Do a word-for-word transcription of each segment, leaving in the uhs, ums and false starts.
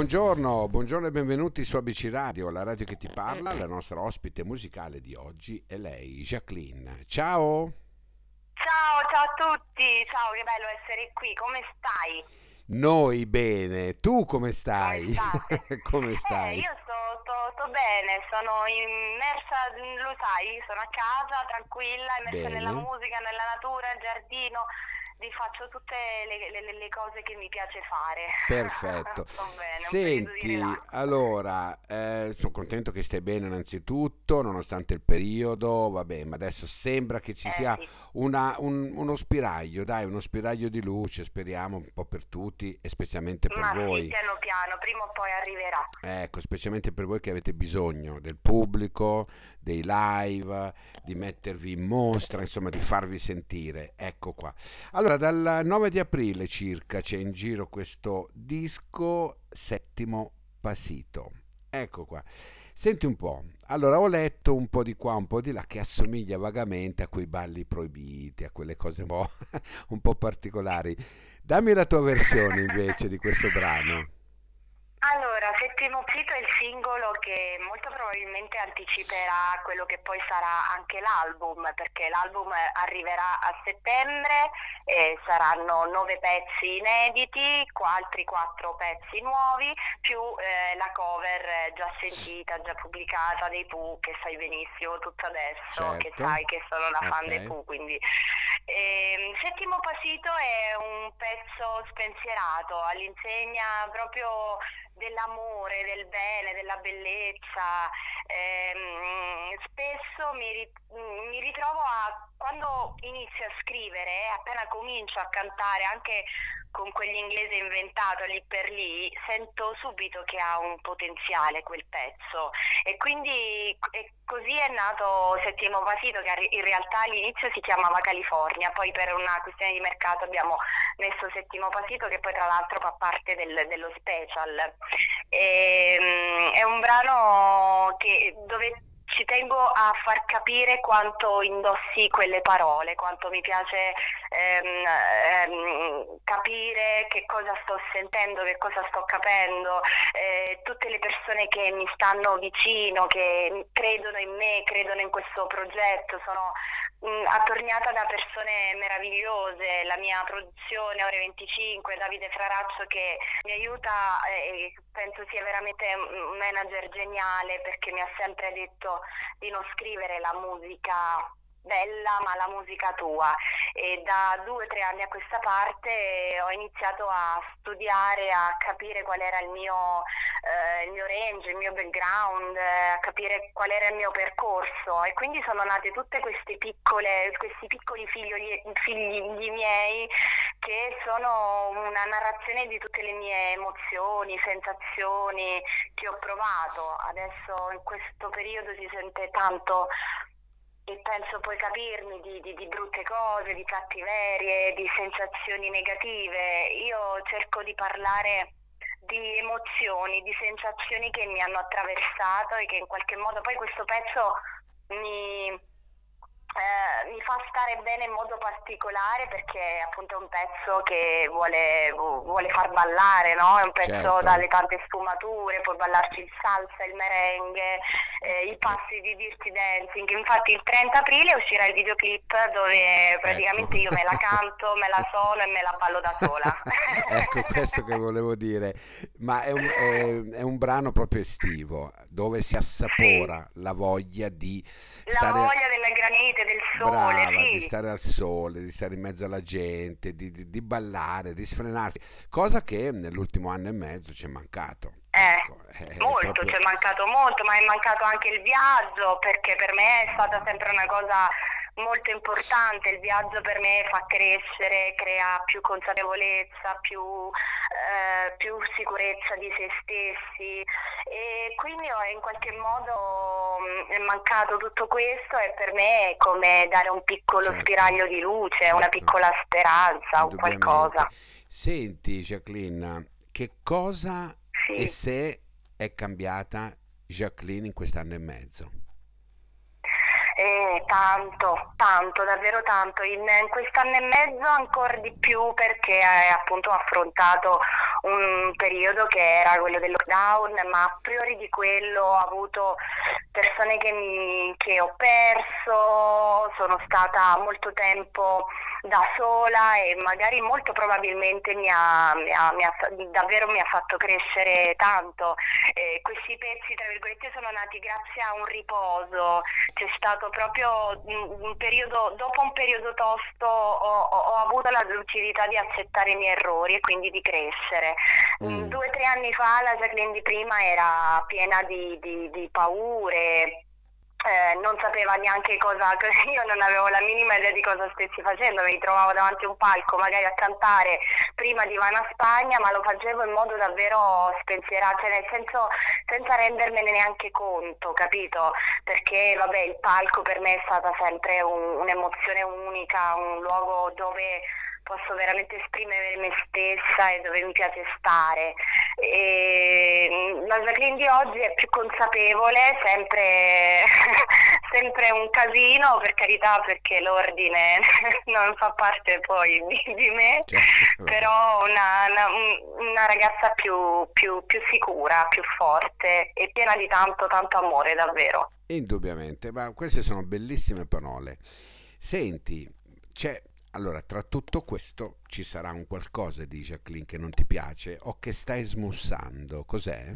Buongiorno, buongiorno e benvenuti su A B C Radio, la radio che ti parla. La nostra ospite musicale di oggi è lei, Jacqueline. Ciao! Ciao, ciao a tutti, ciao, che bello essere qui, come stai? Noi bene, tu come Come stai? state? Come Eh, stai? io sto, sto, sto bene, sono immersa, lo sai, sono a casa, tranquilla, immersa nella Bene. musica, nella natura, il giardino, vi faccio tutte le, le- le cose che mi piace fare. Perfetto. Sto bene, un periodo di Senti, relax. allora, eh, sono contento che stai bene innanzitutto, nonostante il periodo, vabbè, ma adesso sembra che ci Eh sia sì, una- un- uno spiraglio, dai, uno spiraglio di luce, speriamo un po' per tutti e specialmente per ma sì, voi. piano piano, prima o poi arriverà. Ecco, specialmente per voi che avete bisogno del pubblico, dei live, di mettervi in mostra, insomma, di farvi sentire. Ecco qua. Allora, dal nove di aprile circa c'è in giro questo disco Settimo Pasito. Ecco qua. Senti un po'. Allora, ho letto un po' di qua, un po' di là, che assomiglia vagamente a quei balli proibiti, a quelle cose un po', un po' particolari. Dammi la tua versione invece di questo brano. Allora, Settimo Pito è il singolo che molto probabilmente anticiperà quello che poi sarà anche l'album, perché l'album arriverà a settembre e saranno nove pezzi inediti, qu- altri quattro pezzi nuovi, più eh, la cover eh, già sentita, già pubblicata dei Pooh, che sai benissimo tutto adesso, che Certo. sai che sono una fan dei Ok. Pooh, quindi Ehm, Settimo Pasito è un pezzo spensierato all'insegna proprio dell'amore, del bene, della bellezza. Ehm, spesso mi, ri- mi ritrovo a, quando inizio a scrivere, appena comincio a cantare, anche con quell'inglese inventato lì per lì, sento subito che ha un potenziale quel pezzo. E quindi e così è nato Settimo Pasito, che in realtà all'inizio si chiamava California, poi per una questione di mercato abbiamo messo Settimo Pasito, che poi tra l'altro fa parte del- dello special. E, mm, è un brano che, dove ci tengo a far capire quanto indossi quelle parole, quanto mi piace ehm, ehm, capire che cosa sto sentendo, che cosa sto capendo, eh, tutte le persone che mi stanno vicino, che credono in me, credono in questo progetto, sono mh, attorniata da persone meravigliose, la mia produzione Ore venticinque, Davide Fraraccio che mi aiuta eh, e penso sia veramente un manager geniale perché mi ha sempre detto di non scrivere la musica bella ma la musica tua, e da due o tre anni a questa parte ho iniziato a studiare, a capire qual era il mio, eh, il mio range, il mio background, eh, a capire qual era il mio percorso, e quindi sono nate tutte queste piccole, questi piccoli figlioli- figli miei che sono una narrazione di tutte le mie emozioni, sensazioni che ho provato. Adesso in questo periodo si sente tanto, e penso puoi capirmi, di, di- di brutte cose, di cattiverie, di sensazioni negative. Io cerco di parlare di emozioni, di sensazioni che mi hanno attraversato e che in qualche modo poi questo pezzo mi, eh, mi fa stare bene in modo particolare perché appunto è un pezzo che vuole, vuole far ballare, no? È un pezzo Certo. dalle tante sfumature, puoi ballarci il salsa, il merengue, eh, i passi di Dirty Dancing. Infatti il trenta aprile uscirà il videoclip dove Ecco. praticamente io me la canto, me la suono e me la ballo da sola. Ecco questo che volevo dire, ma è un, è- è un brano proprio estivo, dove si Sì, assapora la voglia di la stare, voglia della granite, del sole, brava, di sì. stare al sole, di stare in mezzo alla gente, di, di- di ballare, di sfrenarsi, cosa che nell'ultimo anno e mezzo ci è mancato. Eh, Ecco, è molto, ci proprio è mancato molto, ma è mancato anche il viaggio, perché per me è stata sempre una cosa molto importante. Il viaggio per me fa crescere, crea più consapevolezza, più, eh, più sicurezza di se stessi, e quindi ho in qualche modo mh, è mancato tutto questo, e per me è come dare un piccolo certo, spiraglio di luce, una certo, piccola speranza, un indubbiamente. qualcosa. Senti, Jacqueline, che cosa e Sì. se è cambiata Jacqueline in quest'anno e mezzo? Eh, tanto, tanto, davvero tanto. In, in quest'anno e mezzo ancora di più perché eh, appunto ho affrontato un periodo che era quello del lockdown, ma a priori di quello ho avuto persone che, mi, che ho perso, sono stata molto tempo da sola e magari molto probabilmente mi ha, mi ha- mi ha fa- davvero mi ha fatto crescere tanto. Eh, questi pezzi, tra virgolette, sono nati grazie a un riposo. C'è stato proprio un, un periodo, dopo un periodo tosto ho, ho- ho avuto la lucidità di accettare i miei errori e quindi di crescere. Mm, Mm. Due o tre anni fa la Jacqueline di prima era piena di, di- di paure, eh, non sapeva neanche cosa, io non avevo la minima idea di cosa stessi facendo, mi trovavo davanti a un palco magari a cantare prima di Ivana Spagna, ma lo facevo in modo davvero spensierato, cioè nel senso senza rendermene neanche conto, capito? Perché vabbè, il palco per me è stata sempre un- un'emozione unica, un luogo dove posso veramente esprimere me stessa e dove mi piace stare. E mm, la Jacqueline di oggi è più consapevole, sempre, sempre un casino, per carità, perché l'ordine non fa parte poi di, di me, Cioè, vabbè. però una, una- un- una ragazza più, più- più sicura, più forte e piena di tanto, tanto amore, davvero. Indubbiamente, ma queste sono bellissime parole. Senti, c'è allora tra tutto questo ci sarà un qualcosa di Jacqueline che non ti piace o che stai smussando, cos'è?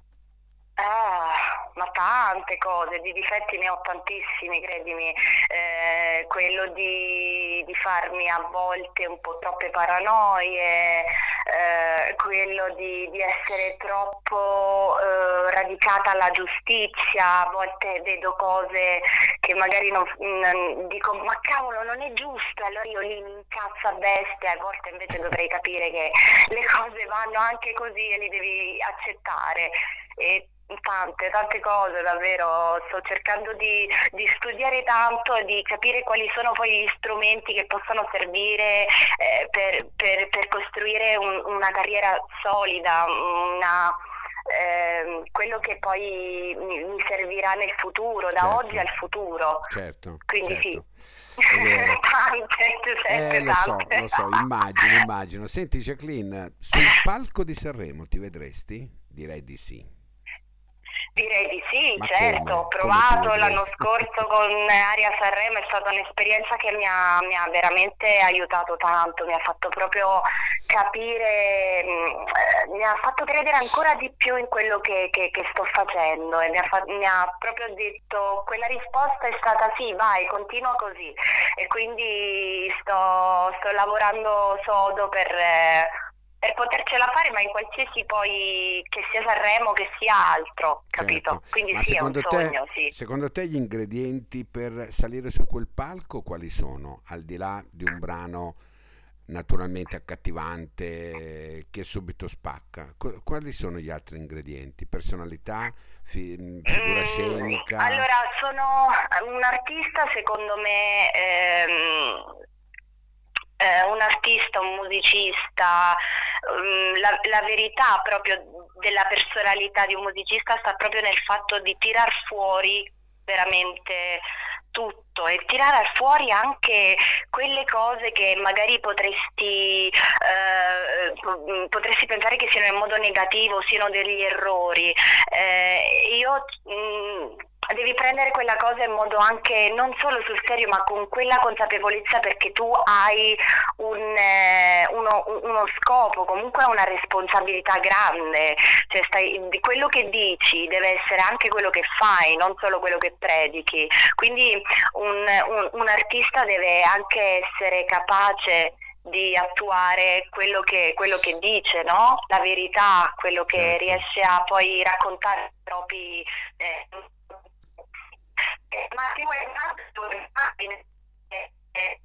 Ah, ma tante cose, di difetti ne ho tantissimi, credimi. Eh, quello di, di farmi a volte un po' troppe paranoie, eh, quello di, di essere troppo eh, radicata alla giustizia, a volte vedo cose che magari non, non- dico, ma cavolo, non è giusto, allora io lì mi incazzo a bestia, a volte invece dovrei capire che le cose vanno anche così e li devi accettare. E tante, tante cose, davvero. Sto cercando di, di studiare tanto e di capire quali sono poi gli strumenti che possono servire eh, per, per- per costruire un- una carriera solida, una, ehm, quello che poi mi, mi servirà nel futuro, da oggi Certo, al futuro. certo, Quindi sì, certo, è vero. tante, Eh, Giuseppe, lo so, lo tante. so, immagino, immagino. Senti, Jacqueline, sul palco di Sanremo ti vedresti? Direi di sì. Direi di sì, Ma certo, ho come? Come ti provato l'anno vedresti? scorso con Aria Sanremo, è stata un'esperienza che mi ha, mi ha veramente aiutato tanto, mi ha fatto proprio capire, mh, eh, mi ha fatto credere ancora di più in quello che, che- che sto facendo e mi ha, fa- mi ha proprio detto, quella risposta è stata sì, vai, continua così e quindi sto, sto lavorando sodo per... eh, per potercela fare, ma in qualsiasi poi che sia Sanremo, che sia altro, Certo, capito? Quindi ma sì, è un secondo te, sogno, sì. secondo te gli ingredienti per salire su quel palco quali sono? Al di là di un brano naturalmente accattivante che subito spacca, Qu- quali sono gli altri ingredienti? Personalità, fi- figura Mm, scenica? allora, sono un artista, secondo me, ehm, eh, un artista, un musicista, mm, la, la verità proprio della personalità di un musicista sta proprio nel fatto di tirar fuori veramente tutto e tirare fuori anche quelle cose che magari potresti, eh, po- potresti pensare che siano in modo negativo, siano degli errori. Eh, io mh, devi prendere quella cosa in modo anche non solo sul serio, ma con quella consapevolezza perché tu hai un, eh, uno, uno scopo, comunque una responsabilità grande, cioè stai, di quello che dici deve essere anche quello che fai, non solo quello che predichi. Quindi un, un- un artista deve anche essere capace di attuare quello che, quello che dice, no? La verità, quello che Certo, riesce a poi raccontare ai propri... eh, eh, ma ti vuoi immagine eh, eh,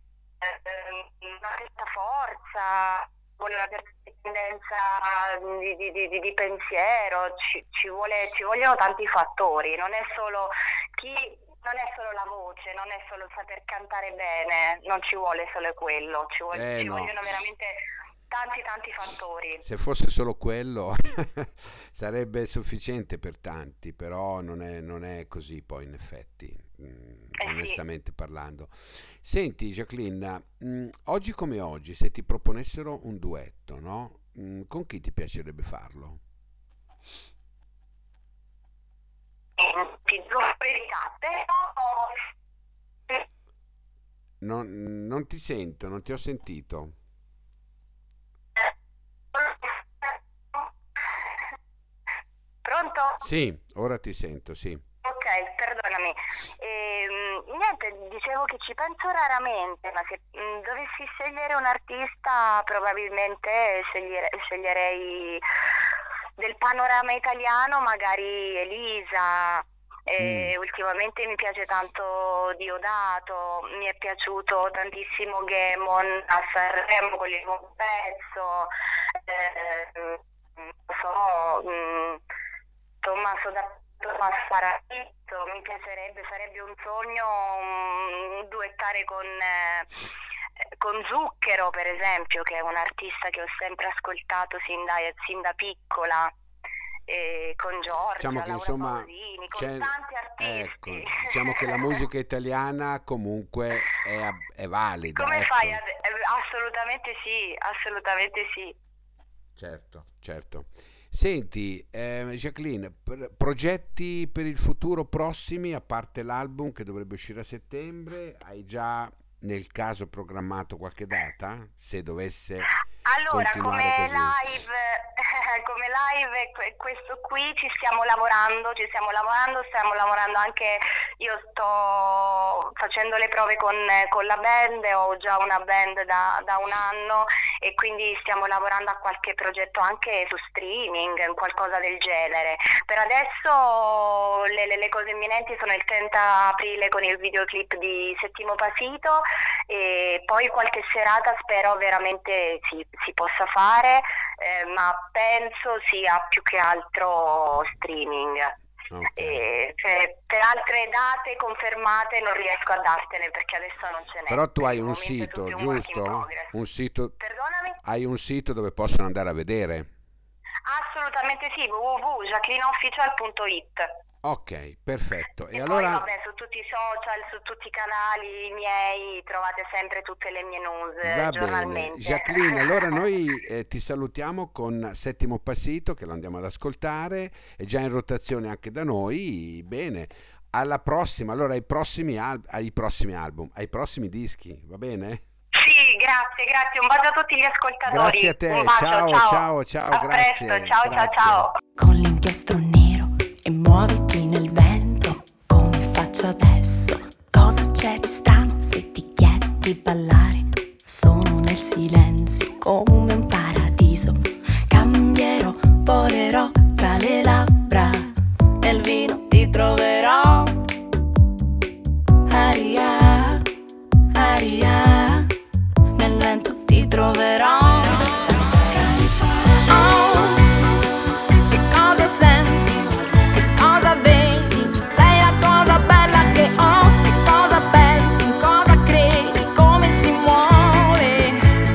una certa forza, vuole una certa tendenza di, di- di- di- di pensiero, ci, ci vuole- ci vogliono tanti fattori, non è solo chi, non è solo la voce, non è solo saper cantare bene, non ci vuole solo quello, ci, vuol- eh ci no, vogliono veramente tanti tanti fattori. se fosse solo quello sarebbe sufficiente per tanti, però non è, non è così poi in effetti, mm, Eh sì. onestamente parlando. Senti Jacqueline, mm, oggi come oggi, se ti proponessero un duetto, no? mm, con chi ti piacerebbe farlo? Ti dico la verità, però Non, non ti sento, non ti ho sentito. Pronto? Sì, ora ti sento, sì. Ok, perdonami. Ehm, niente, dicevo che ci penso raramente, ma se mh, dovessi scegliere un artista, probabilmente scegliere- sceglierei del panorama italiano, magari Elisa. Mm, E ultimamente mi piace tanto Diodato, mi è piaciuto tantissimo Gemon a Sanremo con il nuovo pezzo. eh, non so, mh, Tommaso da Tommaso Paraditto, mi piacerebbe, sarebbe un sogno mm, duettare con, eh, con Zucchero, per esempio, che è un artista che ho sempre ascoltato sin da, sin da piccola, e con diciamo Giorgia, che Laura insomma Pausini, con c'è, tanti ecco, artisti. diciamo che la musica italiana comunque è, ab- è valida, Come fai ecco. ad... eh, Assolutamente sì, assolutamente sì. Certo, certo. Senti, eh, Jacqueline, per- progetti per il futuro prossimi, a parte l'album che dovrebbe uscire a settembre, hai già nel caso programmato qualche data? Se dovesse Allora, come continuare così. live, come live que- questo qui ci stiamo lavorando, ci stiamo lavorando, stiamo lavorando anche, io sto facendo le prove con, con la band, ho già una band da, da un anno e quindi stiamo lavorando a qualche progetto anche su streaming, qualcosa del genere. Per adesso le, le- le cose imminenti sono il trenta aprile con il videoclip di Settimo Pasito e poi qualche serata spero veramente si, si possa fare, eh, ma penso sia più che altro streaming. Ok. E, cioè, per altre date confermate non riesco a dartene perché adesso non ce n'è. Però tu Per hai il un momento è sito, tutto un work in giusto? progress. Un sito, Perdonami? hai un sito dove possono andare a vedere. Assolutamente sì, w w w punto jacqueline official punto i t. Ok, perfetto. E E poi allora vabbè, su tutti i social, su tutti i canali miei trovate sempre tutte le mie news eh, va bene, giornalmente. Jacqueline, allora noi eh, ti salutiamo con Settimo Passito che lo andiamo ad ascoltare, è già in rotazione anche da noi, bene, alla prossima, allora ai prossimi, al- ai prossimi album, ai prossimi dischi, va bene? Sì, grazie, grazie. Un bacio a tutti gli Grazie a ascoltatori. Un te, bacio, ciao, ciao. ciao, ciao, A presto, grazie, ciao, ciao, grazie. ciao. Con l'inchiostro nero e muoviti nel vento come faccio adesso. Cosa c'è di strano se ti chiedo di ballare? Sono nel silenzio come un paradiso. Cambierò, volerò tra le labbra. Nel vino ti troverò. Aria, aria, nel vento ti troverò. Oh, che cosa senti? Che cosa vedi? Sei la cosa bella che ho. Che cosa pensi? In cosa credi? Come si muove?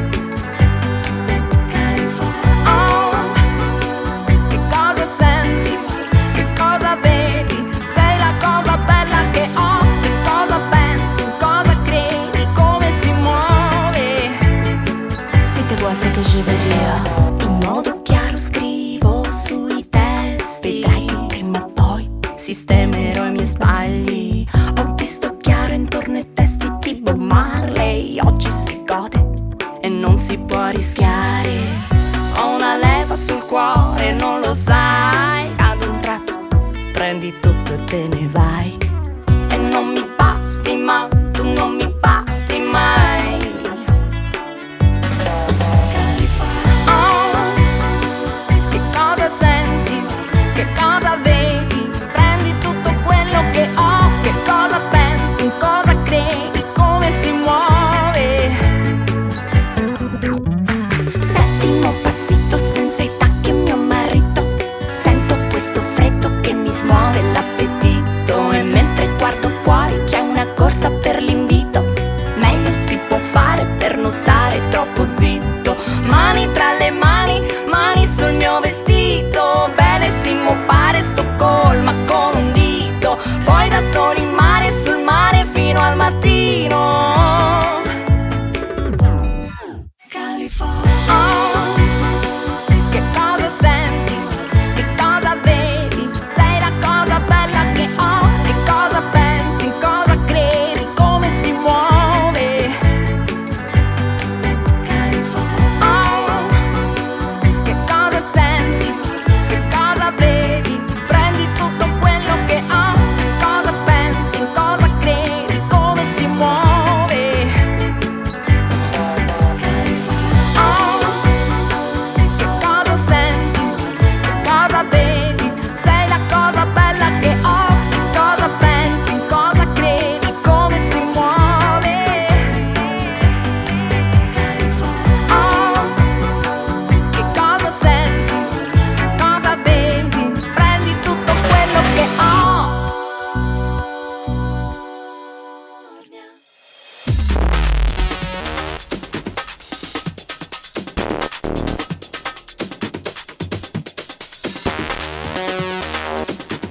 Oh, che cosa senti? Che cosa vedi? Sei la cosa bella che ho. Che cosa pensi? In cosa credi? Come si muove? Si te vuoi sai che je veux dire. In modo chiaro scrivo sui testi. Vedrai che prima o poi sistemerò i miei sbagli. Ho visto chiaro intorno ai testi di Bob Marley. Oggi si gode e non si può rischiare. Ho una leva sul cuore, non lo sai. Ad un tratto prendi tutto e te ne vai.